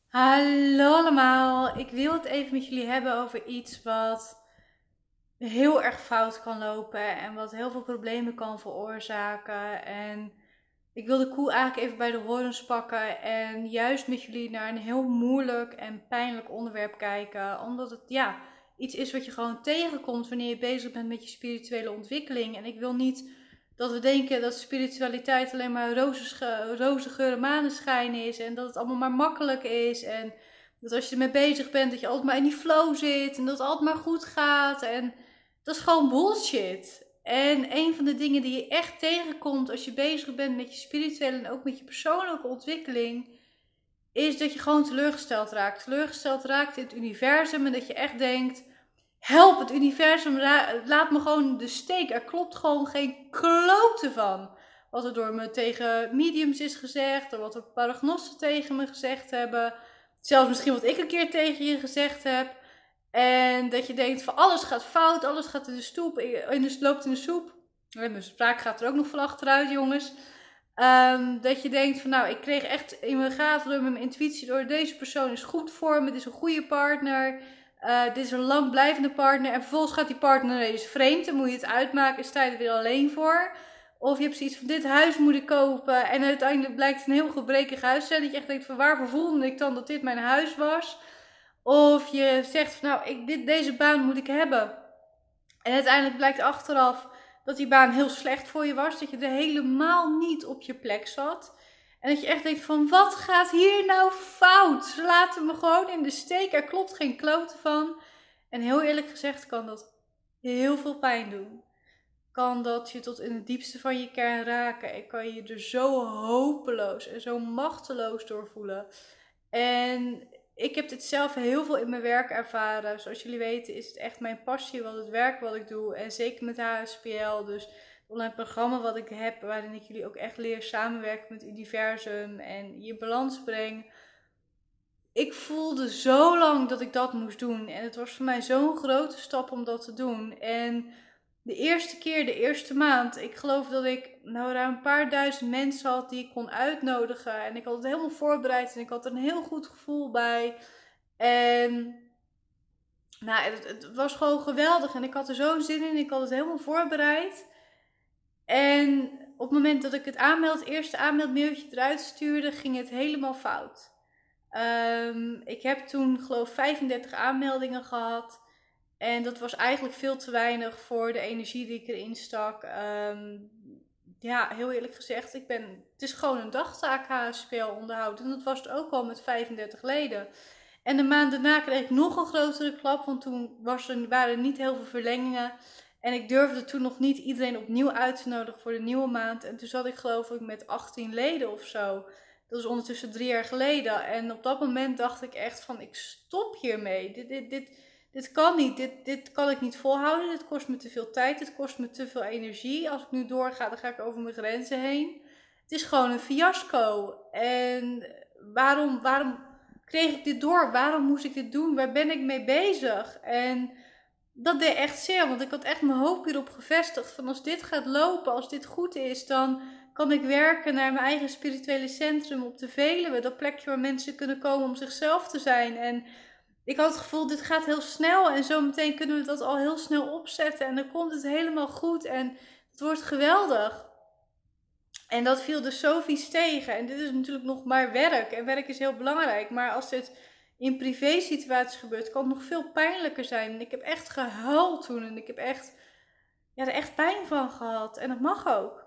Hallo allemaal, ik wil het even met jullie hebben over iets wat heel erg fout kan lopen en wat heel veel problemen kan veroorzaken. En ik wil de koe eigenlijk even bij de horens pakken en juist met jullie naar een heel moeilijk en pijnlijk onderwerp kijken. Omdat het iets is wat je gewoon tegenkomt wanneer je bezig bent met je spirituele ontwikkeling. En ik wil niet dat we denken dat spiritualiteit alleen maar roze geur en maneschijn is en dat het allemaal maar makkelijk is. En dat als je ermee bezig bent, dat je altijd maar in die flow zit en dat het altijd maar goed gaat. En dat is gewoon bullshit. En een van de dingen die je echt tegenkomt als je bezig bent met je spirituele en ook met je persoonlijke ontwikkeling, is dat je gewoon teleurgesteld raakt. Teleurgesteld raakt in het universum en dat je echt denkt, help, het universum laat me gewoon de steek. Er klopt gewoon geen klote van. Wat er door me tegen mediums is gezegd, door wat er paragnosten tegen me gezegd hebben. Zelfs misschien wat ik een keer tegen je gezegd heb. En dat je denkt van alles gaat fout, alles gaat in de stoep, loopt in de soep. Mijn spraak gaat er ook nog van achteruit, jongens. Dat je denkt van nou, ik kreeg echt in mijn gave door met mijn intuïtie door deze persoon is goed voor me, dit is een goede partner. Dit is een lang blijvende partner. En vervolgens gaat die partner eens vreemd. Dan moet je het uitmaken en sta je er weer alleen voor. Of je hebt zoiets van dit huis moet ik kopen. En uiteindelijk blijkt het een heel gebrekig huis te zijn. Dat je echt denkt van waarvoor voelde ik dan dat dit mijn huis was. Of je zegt van nou deze baan moet ik hebben. En uiteindelijk blijkt achteraf dat die baan heel slecht voor je was. Dat je er helemaal niet op je plek zat. En dat je echt denkt van wat gaat hier nou fout? Ze laten me gewoon in de steek. Er klopt geen klote van. En heel eerlijk gezegd kan dat heel veel pijn doen. Kan dat je tot in het diepste van je kern raken. En kan je er zo hopeloos en zo machteloos door voelen. En ik heb dit zelf heel veel in mijn werk ervaren. Zoals jullie weten is het echt mijn passie, wat het werk wat ik doe. En zeker met HSPL, dus het online programma wat ik heb, waarin ik jullie ook echt leer samenwerken met het universum en je balans breng. Ik voelde zo lang dat ik dat moest doen. En het was voor mij zo'n grote stap om dat te doen. En de eerste keer, de eerste maand, ik geloof dat ik nou ruim een paar duizend mensen had die ik kon uitnodigen. En ik had het helemaal voorbereid en ik had er een heel goed gevoel bij. En nou, het was gewoon geweldig en ik had er zo'n zin in. Ik had het helemaal voorbereid. En op het moment dat ik het eerste aanmeldmailtje eruit stuurde, ging het helemaal fout. Ik heb toen geloof 35 aanmeldingen gehad. En dat was eigenlijk veel te weinig voor de energie die ik erin stak. Ja, heel eerlijk gezegd, het is gewoon een dagtaak HSPL onderhoud. En dat was het ook al met 35 leden. En de maand daarna kreeg ik nog een grotere klap, want toen waren er niet heel veel verlengingen. En ik durfde toen nog niet iedereen opnieuw uit te nodigen voor de nieuwe maand. En toen zat ik geloof ik met 18 leden of zo. Dat is ondertussen 3 jaar geleden. En op dat moment dacht ik echt van, ik stop hiermee. Dit kan niet. Dit kan ik niet volhouden. Dit kost me te veel tijd. Dit kost me te veel energie. Als ik nu doorga, dan ga ik over mijn grenzen heen. Het is gewoon een fiasco. En waarom kreeg ik dit door? Waarom moest ik dit doen? Waar ben ik mee bezig? En dat deed echt zeer, want ik had echt mijn hoop hierop gevestigd. Van als dit gaat lopen, als dit goed is, dan kan ik werken naar mijn eigen spirituele centrum op de Veluwe. Dat plekje waar mensen kunnen komen om zichzelf te zijn. En ik had het gevoel, dit gaat heel snel en zometeen kunnen we dat al heel snel opzetten. En dan komt het helemaal goed en het wordt geweldig. En dat viel dus zo vies tegen. En dit is natuurlijk nog maar werk. En werk is heel belangrijk. Maar als dit in privé situaties gebeurt, kan het nog veel pijnlijker zijn. En ik heb echt gehuild toen. En ik heb er echt pijn van gehad. En dat mag ook.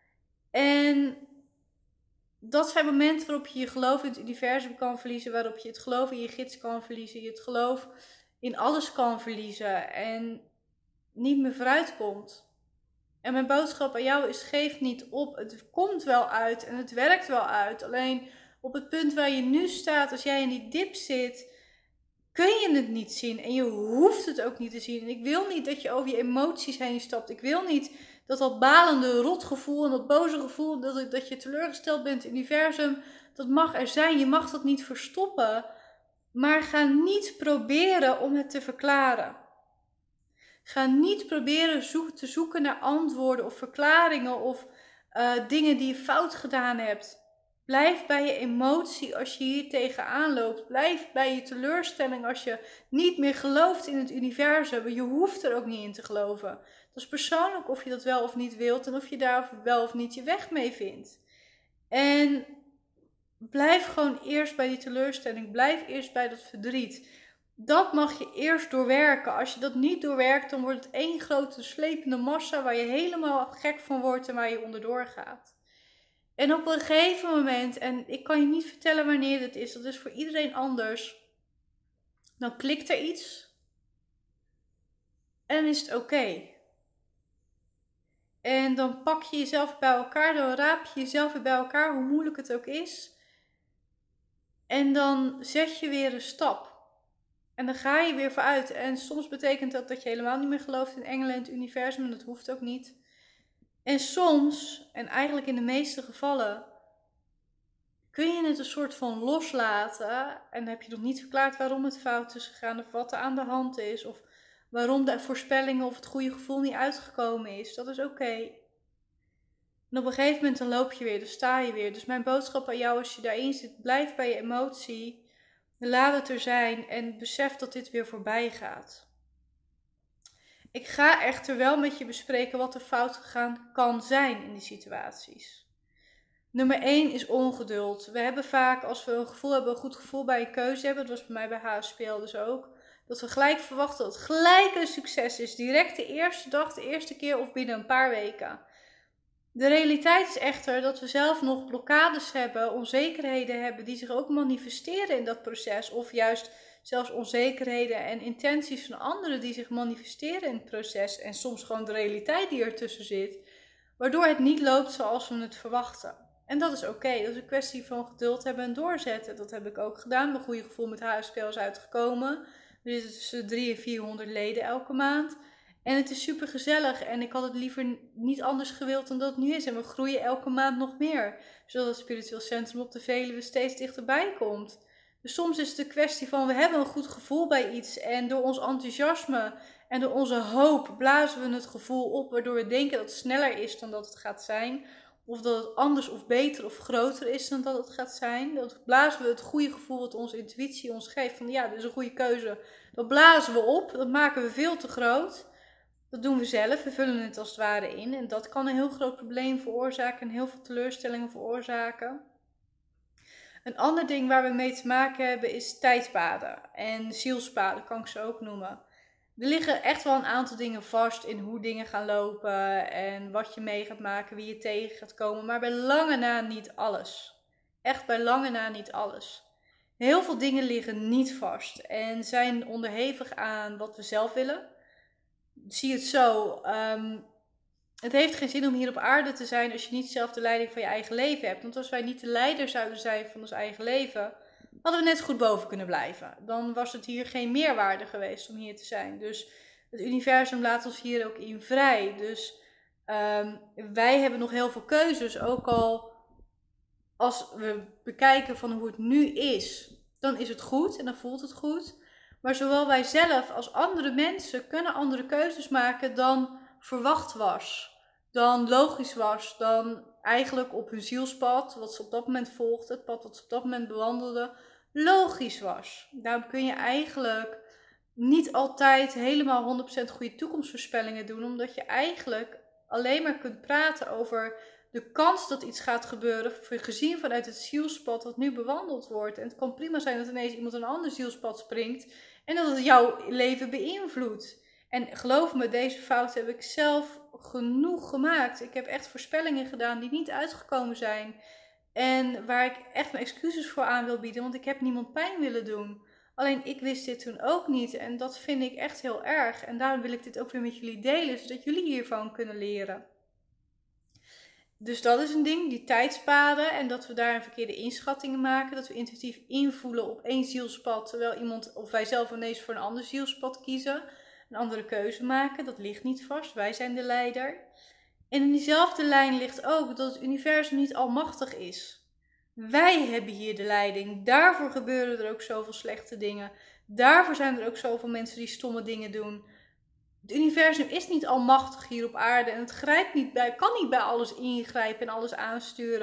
En dat zijn momenten waarop je je geloof in het universum kan verliezen. Waarop je het geloof in je gids kan verliezen. Je het geloof in alles kan verliezen. En niet meer vooruit komt. En mijn boodschap aan jou is, geef niet op. Het komt wel uit en het werkt wel uit. Alleen op het punt waar je nu staat, als jij in die dip zit, kun je het niet zien. En je hoeft het ook niet te zien. En ik wil niet dat je over je emoties heen stapt. Ik wil niet dat balende rotgevoel en dat boze gevoel, dat je teleurgesteld bent in het universum, dat mag er zijn. Je mag dat niet verstoppen. Maar ga niet proberen om het te verklaren. Ga niet proberen te zoeken naar antwoorden of verklaringen of dingen die je fout gedaan hebt. Blijf bij je emotie als je hier tegenaan loopt. Blijf bij je teleurstelling als je niet meer gelooft in het universum. Je hoeft er ook niet in te geloven. Dat is persoonlijk of je dat wel of niet wilt en of je daar wel of niet je weg mee vindt. En blijf gewoon eerst bij die teleurstelling. Blijf eerst bij dat verdriet. Dat mag je eerst doorwerken. Als je dat niet doorwerkt, dan wordt het één grote slepende massa waar je helemaal gek van wordt en waar je onderdoor gaat. En op een gegeven moment, en ik kan je niet vertellen wanneer dit is, dat is voor iedereen anders. Dan klikt er iets en dan is het oké. En dan pak je jezelf bij elkaar, dan raap je jezelf weer bij elkaar, hoe moeilijk het ook is. En dan zet je weer een stap. En dan ga je weer vooruit. En soms betekent dat dat je helemaal niet meer gelooft in engelen en het universum. En dat hoeft ook niet. En soms, en eigenlijk in de meeste gevallen, kun je het een soort van loslaten. En dan heb je nog niet verklaard waarom het fout is gegaan. Of wat er aan de hand is. Of waarom de voorspellingen of het goede gevoel niet uitgekomen is. Dat is oké. En op een gegeven moment dan loop je weer. Dan sta je weer. Dus mijn boodschap aan jou als je daarin zit. Blijf bij je emotie. Laat het er zijn en besef dat dit weer voorbij gaat. Ik ga echter wel met je bespreken wat er fout gegaan kan zijn in die situaties. Nummer 1 is ongeduld. We hebben vaak, als we een gevoel hebben, een goed gevoel bij een keuze hebben, dat was bij mij bij HSPL dus ook, dat we gelijk verwachten dat het gelijk een succes is. Direct de eerste dag, de eerste keer of binnen een paar weken. De realiteit is echter dat we zelf nog blokkades hebben, onzekerheden hebben die zich ook manifesteren in dat proces. Of juist zelfs onzekerheden en intenties van anderen die zich manifesteren in het proces. En soms gewoon de realiteit die ertussen zit, waardoor het niet loopt zoals we het verwachten. En dat is oké. Dat is een kwestie van geduld hebben en doorzetten. Dat heb ik ook gedaan. Mijn goede gevoel met HSPL is uitgekomen. We zitten tussen 300 en 400 leden elke maand. En het is super gezellig en ik had het liever niet anders gewild dan dat het nu is. En we groeien elke maand nog meer, zodat het spiritueel centrum op de Veluwe steeds dichterbij komt. Dus soms is het een kwestie van we hebben een goed gevoel bij iets en door ons enthousiasme en door onze hoop blazen we het gevoel op, waardoor we denken dat het sneller is dan dat het gaat zijn. Of dat het anders of beter of groter is dan dat het gaat zijn. Dat blazen we het goede gevoel wat onze intuïtie ons geeft. Van ja, dit is een goede keuze. Dat blazen we op. Dat maken we veel te groot. Dat doen we zelf. We vullen het als het ware in. En dat kan een heel groot probleem veroorzaken. En heel veel teleurstellingen veroorzaken. Een ander ding waar we mee te maken hebben is tijdpaden. En zielspaden kan ik ze ook noemen. Er liggen echt wel een aantal dingen vast in hoe dingen gaan lopen en wat je mee gaat maken, wie je tegen gaat komen. Maar bij lange na niet alles. Echt bij lange na niet alles. Heel veel dingen liggen niet vast en zijn onderhevig aan wat we zelf willen. Zie het zo, het heeft geen zin om hier op aarde te zijn als je niet zelf de leiding van je eigen leven hebt. Want als wij niet de leider zouden zijn van ons eigen leven, hadden we net goed boven kunnen blijven. Dan was het hier geen meerwaarde geweest om hier te zijn. Dus het universum laat ons hier ook in vrij. Dus wij hebben nog heel veel keuzes. Ook al als we bekijken van hoe het nu is, dan is het goed en dan voelt het goed. Maar zowel wij zelf als andere mensen kunnen andere keuzes maken dan verwacht was. Dan logisch was. Dan eigenlijk op hun zielspad, wat ze op dat moment volgden, het pad wat ze op dat moment bewandelden, logisch was. Daarom kun je eigenlijk niet altijd helemaal 100% goede toekomstvoorspellingen doen. Omdat je eigenlijk alleen maar kunt praten over de kans dat iets gaat gebeuren, gezien vanuit het zielspad wat nu bewandeld wordt. En het kan prima zijn dat ineens iemand een ander zielspad springt en dat het jouw leven beïnvloedt. En geloof me, deze fout heb ik zelf genoeg gemaakt. Ik heb echt voorspellingen gedaan die niet uitgekomen zijn. En waar ik echt mijn excuses voor aan wil bieden, want ik heb niemand pijn willen doen. Alleen ik wist dit toen ook niet en dat vind ik echt heel erg. En daarom wil ik dit ook weer met jullie delen, zodat jullie hiervan kunnen leren. Dus dat is een ding, die tijdspaden en dat we daar een verkeerde inschattingen maken. Dat we intuïtief invoelen op één zielspad, terwijl iemand of wij zelf ineens voor een ander zielspad kiezen. Een andere keuze maken, dat ligt niet vast, wij zijn de leider. En in diezelfde lijn ligt ook dat het universum niet almachtig is. Wij hebben hier de leiding, daarvoor gebeuren er ook zoveel slechte dingen. Daarvoor zijn er ook zoveel mensen die stomme dingen doen. Het universum is niet almachtig hier op aarde en het grijpt niet bij, kan niet bij alles ingrijpen en alles aansturen.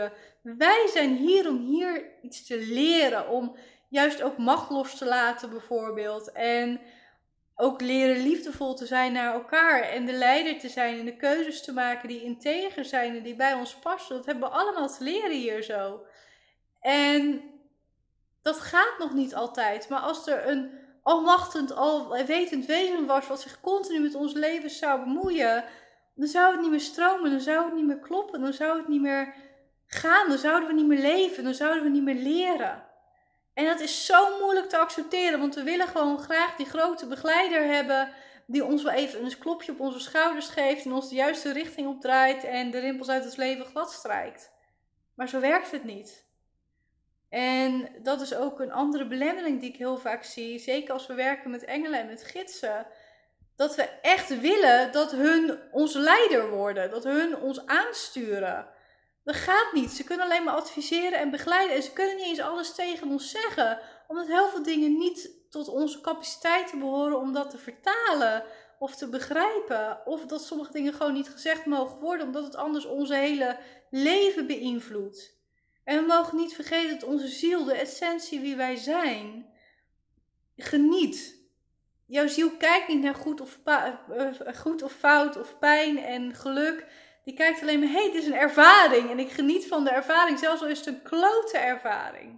Wij zijn hier om hier iets te leren. Om juist ook macht los te laten bijvoorbeeld. En ook leren liefdevol te zijn naar elkaar. En de leider te zijn en de keuzes te maken die integer zijn en die bij ons passen. Dat hebben we allemaal te leren hier zo. En dat gaat nog niet altijd. Maar als er een almachtend, alwetend wezen was wat zich continu met ons leven zou bemoeien, dan zou het niet meer stromen, dan zou het niet meer kloppen, dan zou het niet meer gaan, dan zouden we niet meer leven, dan zouden we niet meer leren. En dat is zo moeilijk te accepteren, want we willen gewoon graag die grote begeleider hebben die ons wel even een klopje op onze schouders geeft en ons de juiste richting opdraait en de rimpels uit het leven glad strijkt. Maar zo werkt het niet. En dat is ook een andere belemmering die ik heel vaak zie, zeker als we werken met engelen en met gidsen. Dat we echt willen dat hun onze leider worden, dat hun ons aansturen. Dat gaat niet. Ze kunnen alleen maar adviseren en begeleiden en ze kunnen niet eens alles tegen ons zeggen. Omdat heel veel dingen niet tot onze capaciteiten behoren om dat te vertalen of te begrijpen. Of dat sommige dingen gewoon niet gezegd mogen worden, omdat het anders onze hele leven beïnvloedt. En we mogen niet vergeten dat onze ziel, de essentie wie wij zijn, geniet. Jouw ziel kijkt niet naar goed of fout of pijn en geluk. Die kijkt alleen maar, hey, dit is een ervaring. En ik geniet van de ervaring, zelfs al is het een klote ervaring.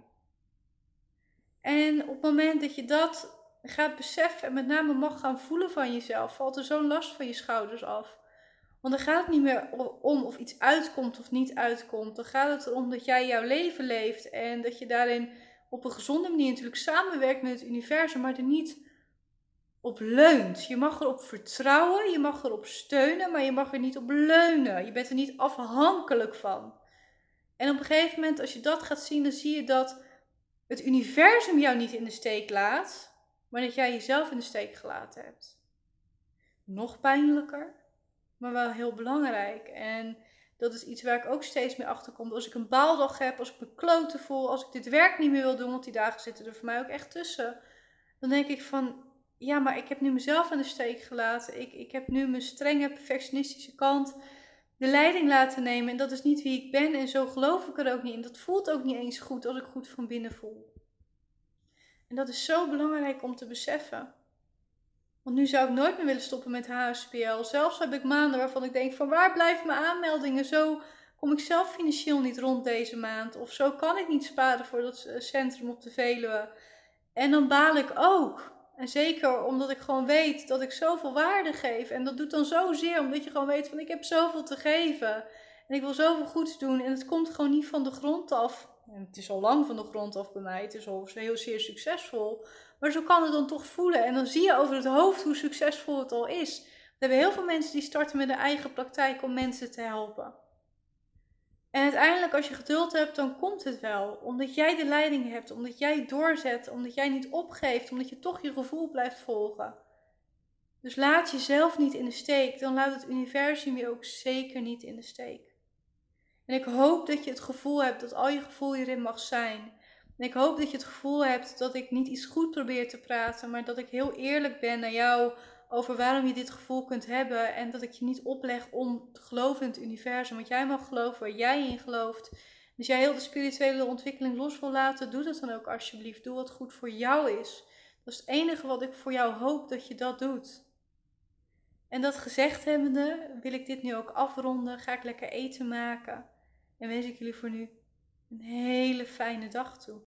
En op het moment dat je dat gaat beseffen en met name mag gaan voelen van jezelf, valt er zo'n last van je schouders af. Want dan gaat het niet meer om of iets uitkomt of niet uitkomt. Dan gaat het erom dat jij jouw leven leeft en dat je daarin op een gezonde manier natuurlijk samenwerkt met het universum, maar er niet op leunt. Je mag erop vertrouwen, je mag erop steunen, maar je mag er niet op leunen. Je bent er niet afhankelijk van. En op een gegeven moment, als je dat gaat zien, dan zie je dat het universum jou niet in de steek laat, maar dat jij jezelf in de steek gelaten hebt. Nog pijnlijker, maar wel heel belangrijk. En dat is iets waar ik ook steeds meer achter kom. Als ik een baaldag heb, als ik me kloten voel, als ik dit werk niet meer wil doen, want die dagen zitten er voor mij ook echt tussen. Dan denk ik van, ja, maar ik heb nu mezelf in de steek gelaten. Ik heb nu mijn strenge, perfectionistische kant de leiding laten nemen. En dat is niet wie ik ben en zo geloof ik er ook niet in. Dat voelt ook niet eens goed als ik goed van binnen voel. En dat is zo belangrijk om te beseffen. Want nu zou ik nooit meer willen stoppen met HSPL. Zelfs heb ik maanden waarvan ik denk van waar blijven mijn aanmeldingen? Zo kom ik zelf financieel niet rond deze maand. Of zo kan ik niet sparen voor dat centrum op de Veluwe. En dan baal ik ook. En zeker omdat ik gewoon weet dat ik zoveel waarde geef. En dat doet dan zozeer omdat je gewoon weet van ik heb zoveel te geven. En ik wil zoveel goeds doen. En het komt gewoon niet van de grond af. En het is al lang van de grond af bij mij. Het is al heel zeer succesvol. Maar zo kan het dan toch voelen. En dan zie je over het hoofd hoe succesvol het al is. We hebben heel veel mensen die starten met een eigen praktijk om mensen te helpen. En uiteindelijk als je geduld hebt, dan komt het wel. Omdat jij de leiding hebt, omdat jij doorzet, omdat jij niet opgeeft, omdat je toch je gevoel blijft volgen. Dus laat jezelf niet in de steek, dan laat het universum je ook zeker niet in de steek. En ik hoop dat je het gevoel hebt dat al je gevoel hierin mag zijn. En ik hoop dat je het gevoel hebt dat ik niet iets goed probeer te praten, maar dat ik heel eerlijk ben naar jou over waarom je dit gevoel kunt hebben. En dat ik je niet opleg om te geloven in het universum. Want jij mag geloven waar jij in gelooft. Dus jij heel de spirituele ontwikkeling los wil laten, doe dat dan ook alsjeblieft. Doe wat goed voor jou is. Dat is het enige wat ik voor jou hoop dat je dat doet. En dat gezegd hebbende wil ik dit nu ook afronden. Ga ik lekker eten maken. En wens ik jullie voor nu een hele fijne dag toe.